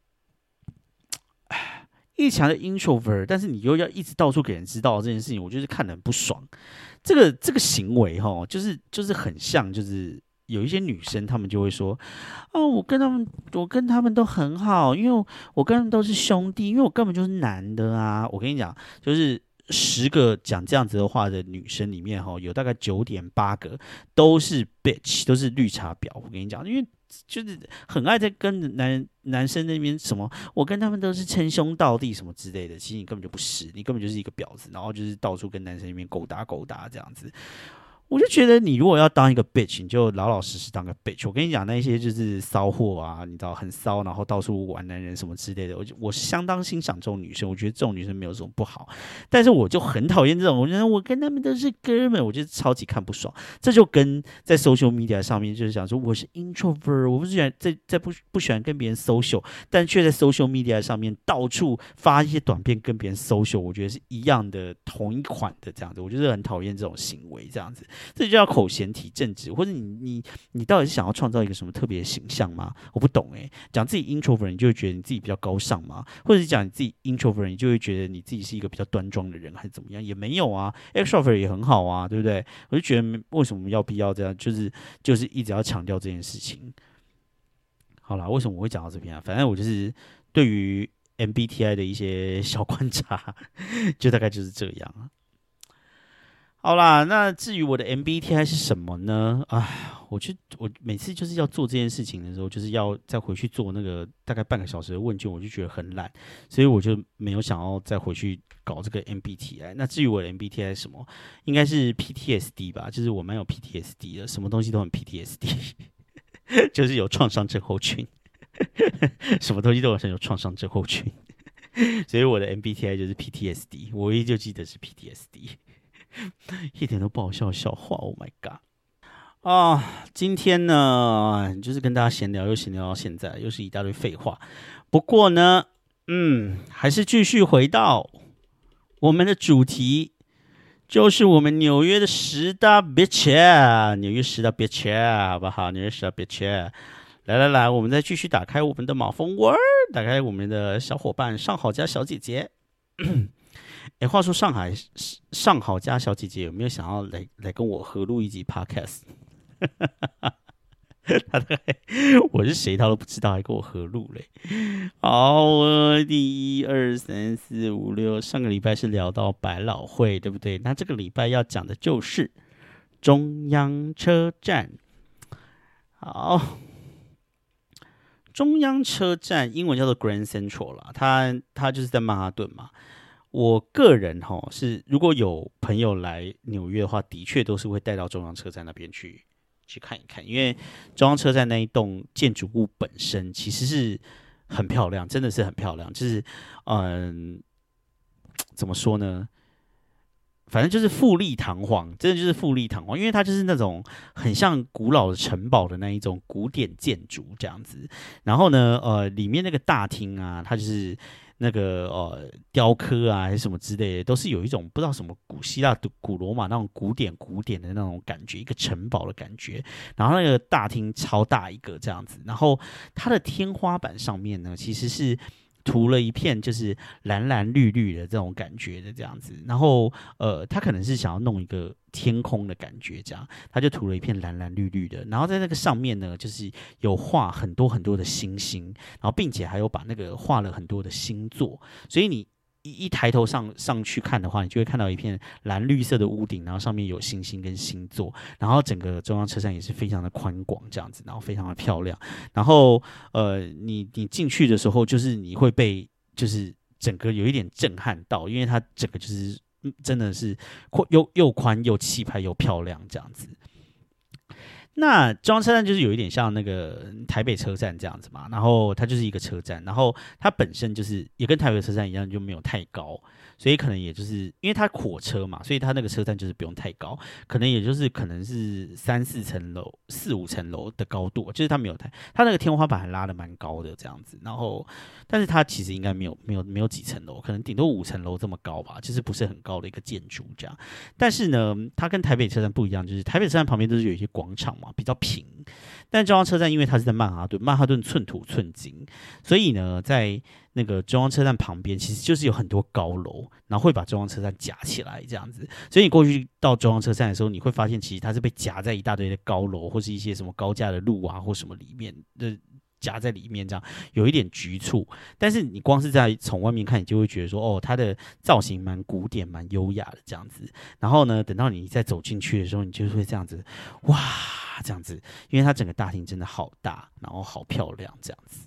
一直强的 introvert， 但是你又要一直到处给人知道这件事情，我就是看得很不爽。这个这个行为哈，就是就是很像，就是有一些女生她们就会说，哦，我跟他们我跟他们都很好，因为我跟他们都是兄弟，因为我根本就是男的啊。我跟你讲，就是十个讲这样子的话的女生里面哈，有大概九点八个都是 bitch， 都是绿茶婊。我跟你讲，因为就是很爱在跟男男生那边什么，我跟他们都是称兄道弟什么之类的，其实你根本就不是，你根本就是一个婊子，然后就是到处跟男生那边勾搭勾搭这样子。我就觉得你如果要当一个 bitch， 你就老老实实当个 bitch。我跟你讲，那些就是骚货啊，你知道很骚，然后到处玩男人什么之类的，我就我相当欣赏这种女生，我觉得这种女生没有什么不好。但是我就很讨厌这种，我觉得我跟他们都是哥们，我就超级看不爽。这就跟在 social media 上面就是讲说我是 introvert， 我不喜欢在在不不喜欢跟别人 social， 但却在 social media 上面到处发一些短片跟别人 social， 我觉得是一样的同一款的这样子，我就是很讨厌这种行为这样子。这就叫口嫌体正直，或者你你你到底是想要创造一个什么特别的形象吗？我不懂哎、欸。讲自己 introvert， 你就会觉得你自己比较高尚吗？或者是讲你自己 introvert， 你就会觉得你自己是一个比较端庄的人，还是怎么样？也没有啊 ，extrovert 也很好啊，对不对？我就觉得为什么要必要这样，就是就是一直要强调这件事情。好啦，为什么我会讲到这边啊？反正我就是对于 M B T I 的一些小观察，就大概就是这样啊。好啦，那至于我的 M B T I 是什么呢？啊，我就我每次就是要做这件事情的时候，就是要再回去做那个大概半个小时的问卷，我就觉得很懒，所以我就没有想要再回去搞这个 M B T I。那至于我的 M B T I 是什么，应该是 P T S D 吧，就是我蛮有 P T S D 的，什么东西都很 P T S D， 就是有创伤症候群，什么东西都很有创伤症候群，所以我的 M B T I 就是 P T S D， 我唯一就记得是 P T S D。一点都不好笑的笑话 ，Oh my god！ 啊，今天呢，就是跟大家闲聊，又闲聊到现在，又是一大堆废话。不过呢，嗯，还是继续回到我们的主题，就是我们纽约的十大 bitch， 纽约十大 bitch， 好不好？纽约十大 bitch， 来来来，我们再继续打开我们的马蜂窝，打开我们的小伙伴上好家小姐姐。哎，话说上海上好家小姐姐有没有想要来来跟我合录一集 podcast？ 他大概我是谁他都不知道，还跟我合录嘞。好，我第一二三四五六，上个礼拜是聊到百老汇，对不对？那这个礼拜要讲的就是中央车站。好，中央车站英文叫做 Grand Central 啦，它它就是在曼哈顿嘛。我个人哈是，如果有朋友来纽约的话，的确都是会带到中央车站那边去去看一看，因为中央车站那一栋建筑物本身其实是很漂亮，真的是很漂亮。就是嗯，怎么说呢？反正就是富丽堂皇，真的就是富丽堂皇，因为它就是那种很像古老的城堡的那一种古典建筑这样子。然后呢，呃，里面那个大厅啊，它就是那个呃雕刻啊，还是什么之类的，都是有一种不知道什么古希腊、古罗马那种古典古典的那种感觉，一个城堡的感觉。然后那个大厅超大一个这样子，然后它的天花板上面呢，其实是涂了一片就是蓝蓝绿绿的这种感觉的这样子，然后呃，他可能是想要弄一个天空的感觉，这样他就涂了一片蓝蓝绿绿的，然后在那个上面呢，就是有画很多很多的星星，然后并且还有把那个画了很多的星座，所以你一一抬头上上去看的话，你就会看到一片蓝绿色的屋顶，然后上面有星星跟星座，然后整个中央车站也是非常的宽广这样子，然后非常的漂亮。然后呃，你你进去的时候，就是你会被就是整个有一点震撼到，因为它整个就是真的是又又宽又气派又漂亮这样子。 那中央车站就是有一点像那个台北车站这样子嘛，然后它就是一个车站，然后它本身就是也跟台北车站一样，就没有太高，所以可能也就是因为它火车嘛，所以它那个车站就是不用太高，可能也就是可能是三四层楼、四五层楼的高度，就是它没有太，它那个天花板还拉得蛮高的这样子，然后但是它其实应该没有没有没有几层楼，可能顶多五层楼这么高吧，就是不是很高的一个建筑这样。但是呢，它跟台北车站不一样，就是台北车站旁边都是有一些广场嘛，比较平。但中央车站因为它是在曼哈顿，曼哈顿寸土寸金，所以呢，在那个中央车站旁边其实就是有很多高楼，然后会把中央车站夹起来这样子。所以你过去到中央车站的时候，你会发现其实它是被夹在一大堆的高楼或是一些什么高架的路啊或什么里面的。夹在里面，这样有一点局促，但是你光是在从外面看，你就会觉得说，哦，它的造型蛮古典、蛮优雅的这样子。然后呢，等到你再走进去的时候，你就会这样子，哇，这样子，因为它整个大厅真的好大，然后好漂亮，这样子。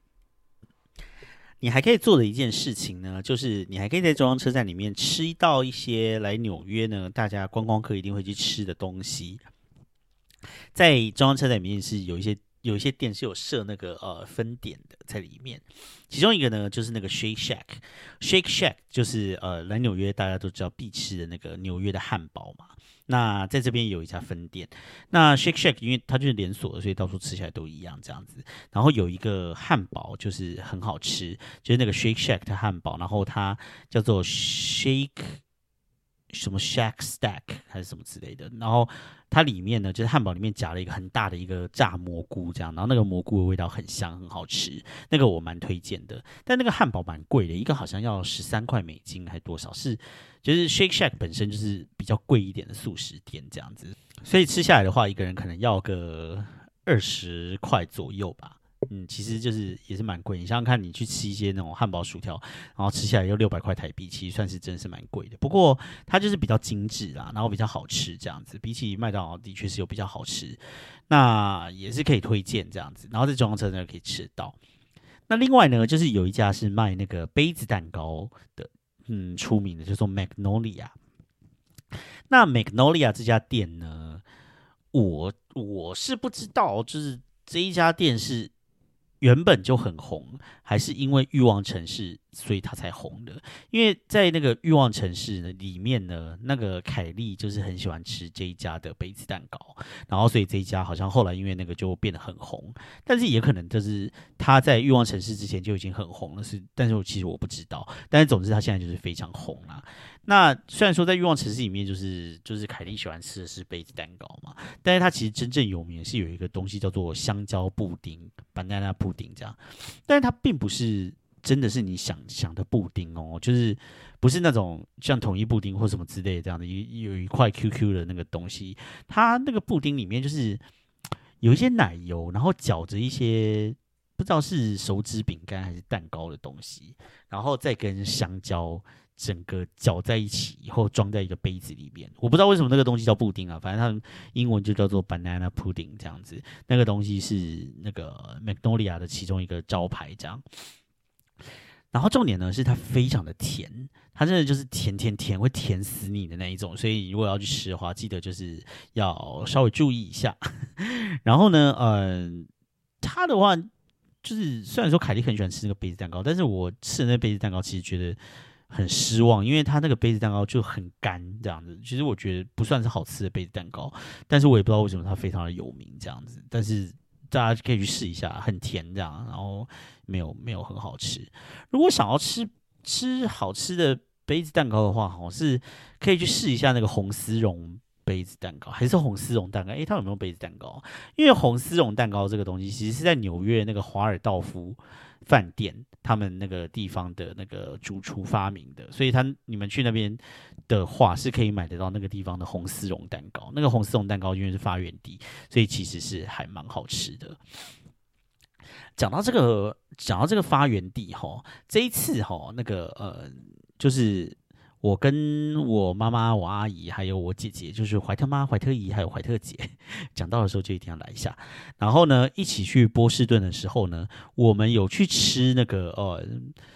你还可以做的一件事情呢，就是你还可以在中央车站里面吃到一些来纽约呢，大家观光客一定会去吃的东西。在中央车站里面是有一些。有一些店是有设那个呃分点的在里面，其中一个呢就是那个 Shake Shack，Shake Shack 就是呃来纽约大家都知道必吃的那个纽约的汉堡嘛。那在这边有一家分店，那 Shake Shack 因为它就是连锁的，所以到处吃起来都一样这样子。然后有一个汉堡就是很好吃，就是那个 Shake Shack 的汉堡，然后它叫做 Shake。什么 Shack Stack 还是什么之类的，然后它里面呢，就是汉堡里面夹了一个很大的一个炸蘑菇，这样，然后那个蘑菇的味道很香，很好吃，那个我蛮推荐的。但那个汉堡蛮贵的，一个好像要十三块美金还多少？是就是 Shake Shack 本身就是比较贵一点的素食店这样子，所以吃下来的话，一个人可能要个二十块左右吧。嗯，其实就是也是蛮贵。你想想看，你去吃一些那种汉堡薯条，然后吃下来要六百块台币，其实算是真的是蛮贵的。不过它就是比较精致啦，然后比较好吃这样子，比起麦当劳的确是有比较好吃，那也是可以推荐这样子。然后在中央车站可以吃到。那另外呢，就是有一家是卖那个杯子蛋糕的，嗯，出名的，叫做 Magnolia。那 Magnolia 这家店呢，我我是不知道，就是这一家店是。原本就很红，还是因为欲望城市，所以它才红的。因为在那个欲望城市呢里面呢，那个凯莉就是很喜欢吃这一家的杯子蛋糕，然后所以这一家好像后来因为那个就变得很红，但是也可能就是他在欲望城市之前就已经很红了，是，但是我其实我不知道，但是总之他现在就是非常红啦。那虽然说在欲望城市里面，就是就是凯莉喜欢吃的是杯子蛋糕嘛，但是它其实真正有名的是有一个东西叫做香蕉布丁 （banana pudding） 这样，但是它并不是真的是你想想的布丁哦，就是不是那种像统一布丁或什么之类的这样的，有有一块 Q Q 的那个东西，它那个布丁里面就是有一些奶油，然后搅着一些不知道是手指饼干还是蛋糕的东西，然后再跟香蕉。整个搅在一起以后装在一个杯子里面，我不知道为什么那个东西叫布丁啊，反正它们英文就叫做 banana pudding 这样子。那个东西是那个 Magnolia 的其中一个招牌这样。然后重点呢是它非常的甜，它真的就是甜甜甜，会甜死你的那一种。所以如果要去吃的话，记得就是要稍微注意一下。然后呢，嗯、呃，它的话就是虽然说凯莉很喜欢吃那个杯子蛋糕，但是我吃的那个杯子蛋糕其实觉得。很失望，因为它那个杯子蛋糕就很干这样子。其实我觉得不算是好吃的杯子蛋糕，但是我也不知道为什么它非常的有名这样子。但是大家可以去试一下，很甜这样，然后没有没有很好吃。如果想要吃吃好吃的杯子蛋糕的话，好像是可以去试一下那个红丝绒杯子蛋糕，还是红丝绒蛋糕？诶，它有没有杯子蛋糕？因为红丝绒蛋糕这个东西，其实是在纽约那个华尔道夫饭店他们那个地方的那个主厨发明的，所以他你们去那边的话是可以买得到那个地方的红丝绒蛋糕。那个红丝绒蛋糕因为是发源地，所以其实是还蛮好吃的。讲到这个，讲到这个发源地哈，这一次哈，那个呃，就是我跟我妈妈、我阿姨还有我姐姐，就是怀特妈、怀特姨还有怀特姐，讲到的时候就一定要来一下。然后呢，一起去波士顿的时候呢，我们有去吃那个呃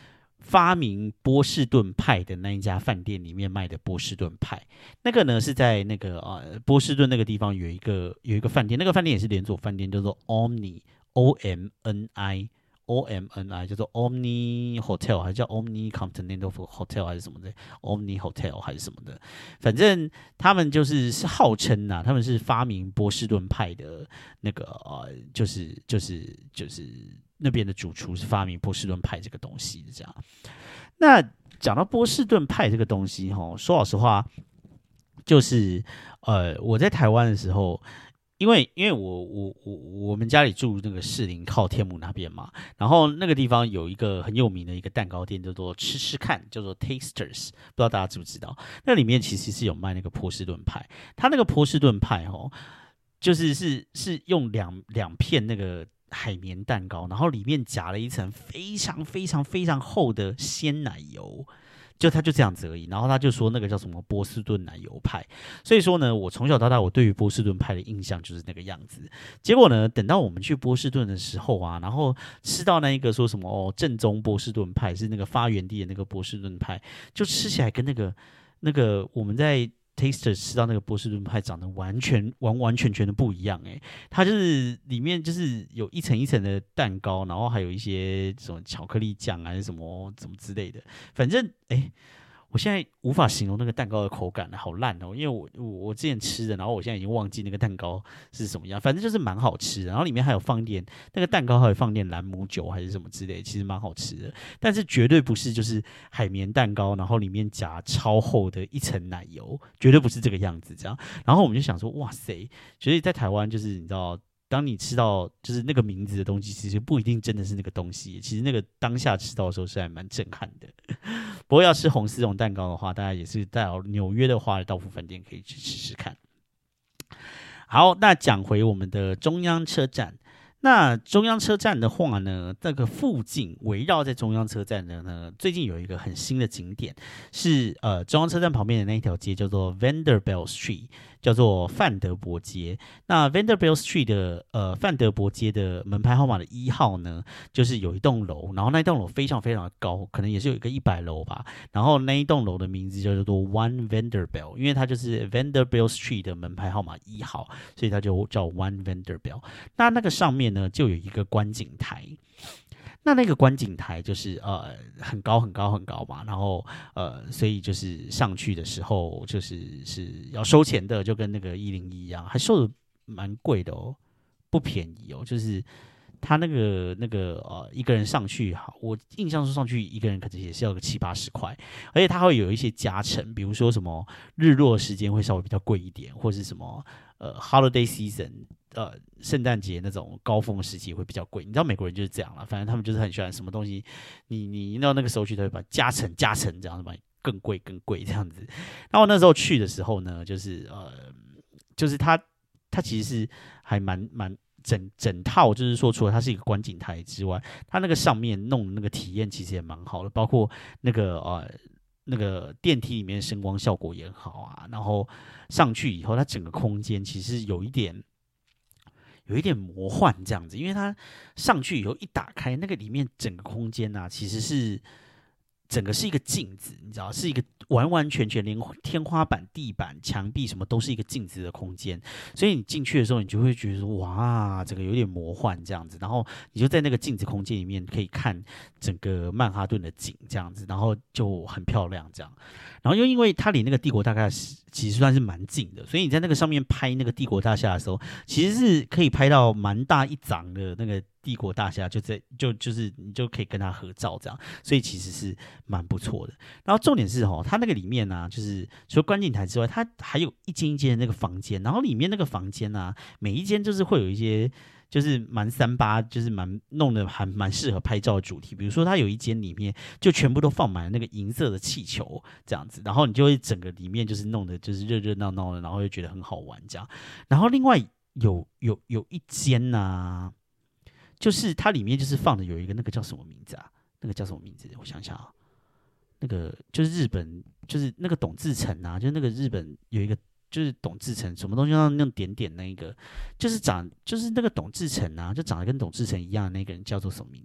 发明波士顿派的那一家饭店里面卖的波士顿派。那个呢是在那个呃波士顿那个地方有一个有一个饭店，那个饭店也是连锁饭店，叫做 Omni O M N I。O M N I 叫做 Omni Hotel 还是叫 Omni Continental Hotel 还是什么的 Omni Hotel 还是什么的，反正他们就是是号称呐、啊，他们是发明波士顿派的那个呃，就是就是就是那边的主厨是发明波士顿派这个东西的这样。那讲到波士顿派这个东西哈，说老实话，就是呃我在台湾的时候。因为因为我我我我们家里住那个士林靠天母那边嘛，然后那个地方有一个很有名的一个蛋糕店，叫做吃吃看，叫做 Tasters， 不知道大家知不知道？那里面其实是有卖那个波士顿派，它那个波士顿派哦，就是是是用两两片那个海绵蛋糕，然后里面夹了一层非常非常非常厚的鲜奶油。就他就这样子而已，然后他就说那个叫什么波士顿奶油派，所以说呢，我从小到大我对于波士顿派的印象就是那个样子。结果呢，等到我们去波士顿的时候啊，然后吃到那一个说什么哦正宗波士顿派是那个发源地的那个波士顿派，就吃起来跟那个那个我们在Taster 吃到那个波士顿派长得完全完完全全的不一样哎，它就是里面就是有一层一层的蛋糕，然后还有一些什么巧克力酱还是什么什么之类的，反正哎。我现在无法形容那个蛋糕的口感了，好烂哦！因为我我我之前吃的，然后我现在已经忘记那个蛋糕是什么样，反正就是蛮好吃的。然后里面还有放一点那个蛋糕，还有放一点朗姆酒还是什么之类的，其实蛮好吃的。但是绝对不是就是海绵蛋糕，然后里面夹超厚的一层奶油，绝对不是这个样子。这样，然后我们就想说，哇塞！所以在台湾就是你知道。当你吃到就是那个名字的东西，其实不一定真的是那个东西。其实那个当下吃到的时候是还蛮震撼的。不过要吃红丝绒蛋糕的话，大家也是到纽约的华尔道夫饭店可以去吃吃看。好，那讲回我们的中央车站。那中央车站的话呢，这个附近围绕在中央车站的呢，最近有一个很新的景点，是呃中央车站旁边的那一条街叫做 Vanderbilt Street， 叫做范德伯街。那 Vanderbilt Street 的呃范德伯街的门牌号码的一号呢，就是有一栋楼，然后那一栋楼非常非常的高，可能也是有一个一百楼吧。然后那一栋楼的名字叫做 One Vanderbilt， 因为它就是 Vanderbilt Street 的门牌号码一号，所以它就叫 One Vanderbilt。那那个上面呢就有一个观景台，那那个观景台就是呃很高很高很高嘛，然后呃所以就是上去的时候就是是要收钱的，就跟那个一零一一样，还收的蛮贵的哦，不便宜哦，就是他那个那个呃一个人上去，好，我印象中上去一个人可能也是要个七八十块，而且他会有一些加成，比如说什么日落时间会稍微比较贵一点，或是什么呃 holiday season。呃，圣诞节那种高峰时期会比较贵，你知道美国人就是这样啦，反正他们就是很喜欢什么东西，你你到那个时候去，他会把加成加成这样子，把更贵更贵这样子。然后那时候去的时候呢，就是呃，就是它它其实是还蛮蛮整整套，就是说除了它是一个观景台之外，它那个上面弄的那个体验其实也蛮好的，包括那个呃。那个电梯里面声光效果也很好啊，然后上去以后，它整个空间其实有一点。有一点魔幻这样子，因为它上去以后一打开，那个里面整个空间啊，其实是整个是一个镜子，你知道，是一个完完全全连天花板、地板、墙壁什么都是一个镜子的空间，所以你进去的时候，你就会觉得说，哇，这个有点魔幻这样子，然后你就在那个镜子空间里面可以看整个曼哈顿的景这样子，然后就很漂亮这样，然后又因为它离那个帝国大厦其实算是蛮近的，所以你在那个上面拍那个帝国大厦的时候，其实是可以拍到蛮大一张的那个帝国大厦，就在就就是你就可以跟它合照这样，所以其实是蛮不错的。然后重点是哦，它那个里面呢、啊，就是除了观景台之外，它还有一间一间的那个房间，然后里面那个房间啊，每一间就是会有一些。就是蛮三八，就是蛮弄得还蛮适合拍照的主题。比如说，它有一间里面就全部都放满了那个银色的气球，这样子，然后你就会整个里面就是弄得就是热热闹闹的，然后又觉得很好玩这样。然后另外有有有一间呐、啊，就是它里面就是放的有一个那个叫什么名字啊？那个叫什么名字？我想想啊，那个就是日本，就是那个董志成啊，就是那个日本有一个。就是董志成，什么东西要那种点点那一个，就是长就是那个董志成啊，就长得跟董志成一样的那个人叫做什么名字？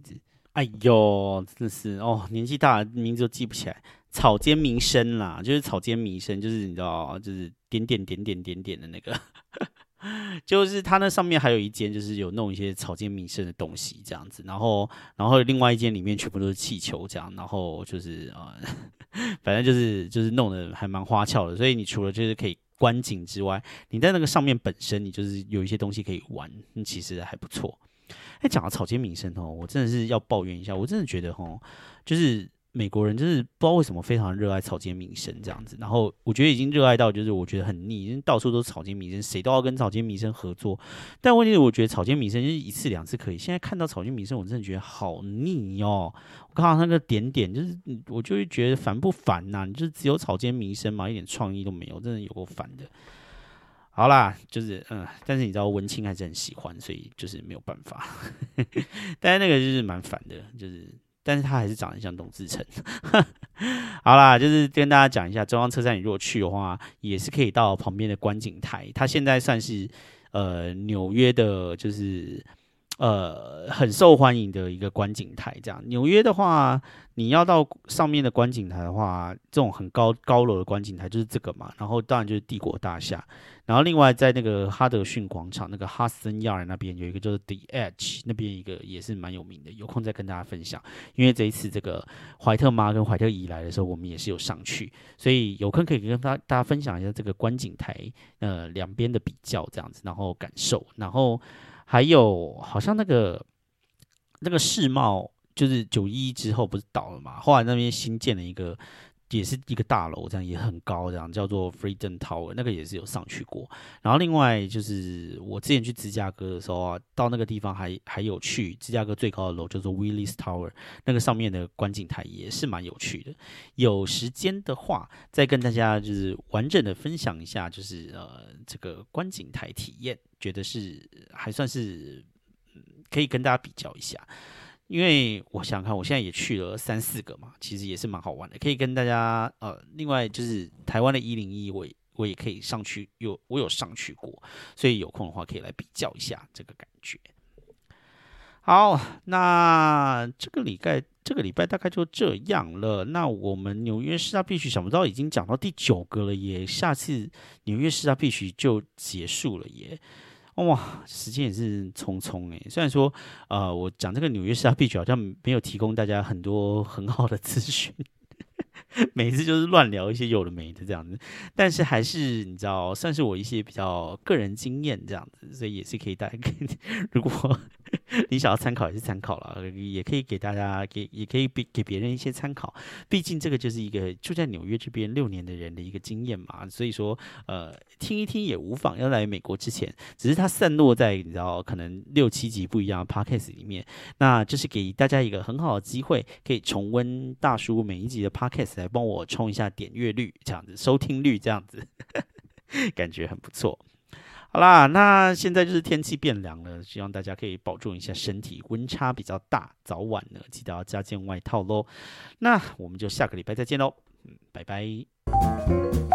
哎呦，真的是哦，年纪大了名字都记不起来。草间弥生啦，就是草间弥生，就是你知道，就是点点点点点点的那个，就是它那上面还有一间，就是有弄一些草间弥生的东西这样子，然后然后另外一间里面全部都是气球这样，然后就是呃，反正就是就是弄得还蛮花俏的，所以你除了就是可以观景之外，你在那个上面本身你就是有一些东西可以玩，其实还不错。哎，讲到草间弥生哦，我真的是要抱怨一下，我真的觉得哦，就是美国人就是不知道为什么非常热爱草间弥生这样子，然后我觉得已经热爱到就是我觉得很腻，因为到处都是草间弥生，谁都要跟草间弥生合作。但问题是，我觉得草间弥生就是一次两次可以，现在看到草间弥生，我真的觉得好腻哦。我看到那个点点，就是我就会觉得烦不烦呐、啊？你就是只有草间弥生嘛，一点创意都没有，真的有够烦的。好啦，就是嗯，但是你知道文青还是很喜欢，所以就是没有办法。但是那个就是蛮烦的，就是但是他还是长得像董志成。好啦，就是跟大家讲一下，中央车站你如果去的话，也是可以到旁边的观景台，它现在算是呃纽约的，就是呃很受欢迎的一个观景台。这样，纽约的话，你要到上面的观景台的话，这种很高高楼的观景台就是这个嘛，然后当然就是帝国大厦。然后另外在那个哈德逊广场那个哈森亚尔那边有一个就是 The Edge 那边一个也是蛮有名的，有空再跟大家分享。因为这一次这个怀特妈跟怀特姨来的时候，我们也是有上去，所以有空可以跟大大家分享一下这个观景台呃两边的比较这样子，然后感受，然后还有好像那个那个世贸就是九一一之后不是倒了嘛，后来那边新建了一个。也是一个大楼，这样也很高，这样叫做 Freedom Tower， 那个也是有上去过。然后另外就是我之前去芝加哥的时候啊，到那个地方还还有去芝加哥最高的楼叫做 Willis Tower， 那个上面的观景台也是蛮有趣的。有时间的话，再跟大家就是完整的分享一下，就是呃这个观景台体验，觉得是还算是、嗯、可以跟大家比较一下。因为我想看，我现在也去了三四个嘛，其实也是蛮好玩的，可以跟大家呃，另外就是台湾的一零一，我也我也可以上去，有我有上去过，所以有空的话可以来比较一下这个感觉。好，那这个礼拜这个礼拜大概就这样了。那我们纽约四大必须想不到已经讲到第九个了耶，下次纽约四大必须就结束了耶。哇，时间也是匆匆哎。虽然说，呃，我讲这个纽约四大必须好像没有提供大家很多很好的资讯，每次就是乱聊一些有的没的这样子，但是还是你知道，算是我一些比较个人经验这样子，所以也是可以大家如果你想要参考也是参考了，也可以给大家给也可以给给别人一些参考，毕竟这个就是一个住在纽约这边六年的人的一个经验嘛，所以说呃听一听也无妨。要来美国之前，只是它散落在你知道可能六七集不一样的 podcast 里面，那这是给大家一个很好的机会，可以重温大叔每一集的 podcast 来帮我冲一下点阅率，这样子收听率这样子，感觉很不错。好啦，那现在就是天气变凉了，希望大家可以保重一下身体，温差比较大，早晚呢记得要加件外套咯。那我们就下个礼拜再见喽，嗯，拜拜。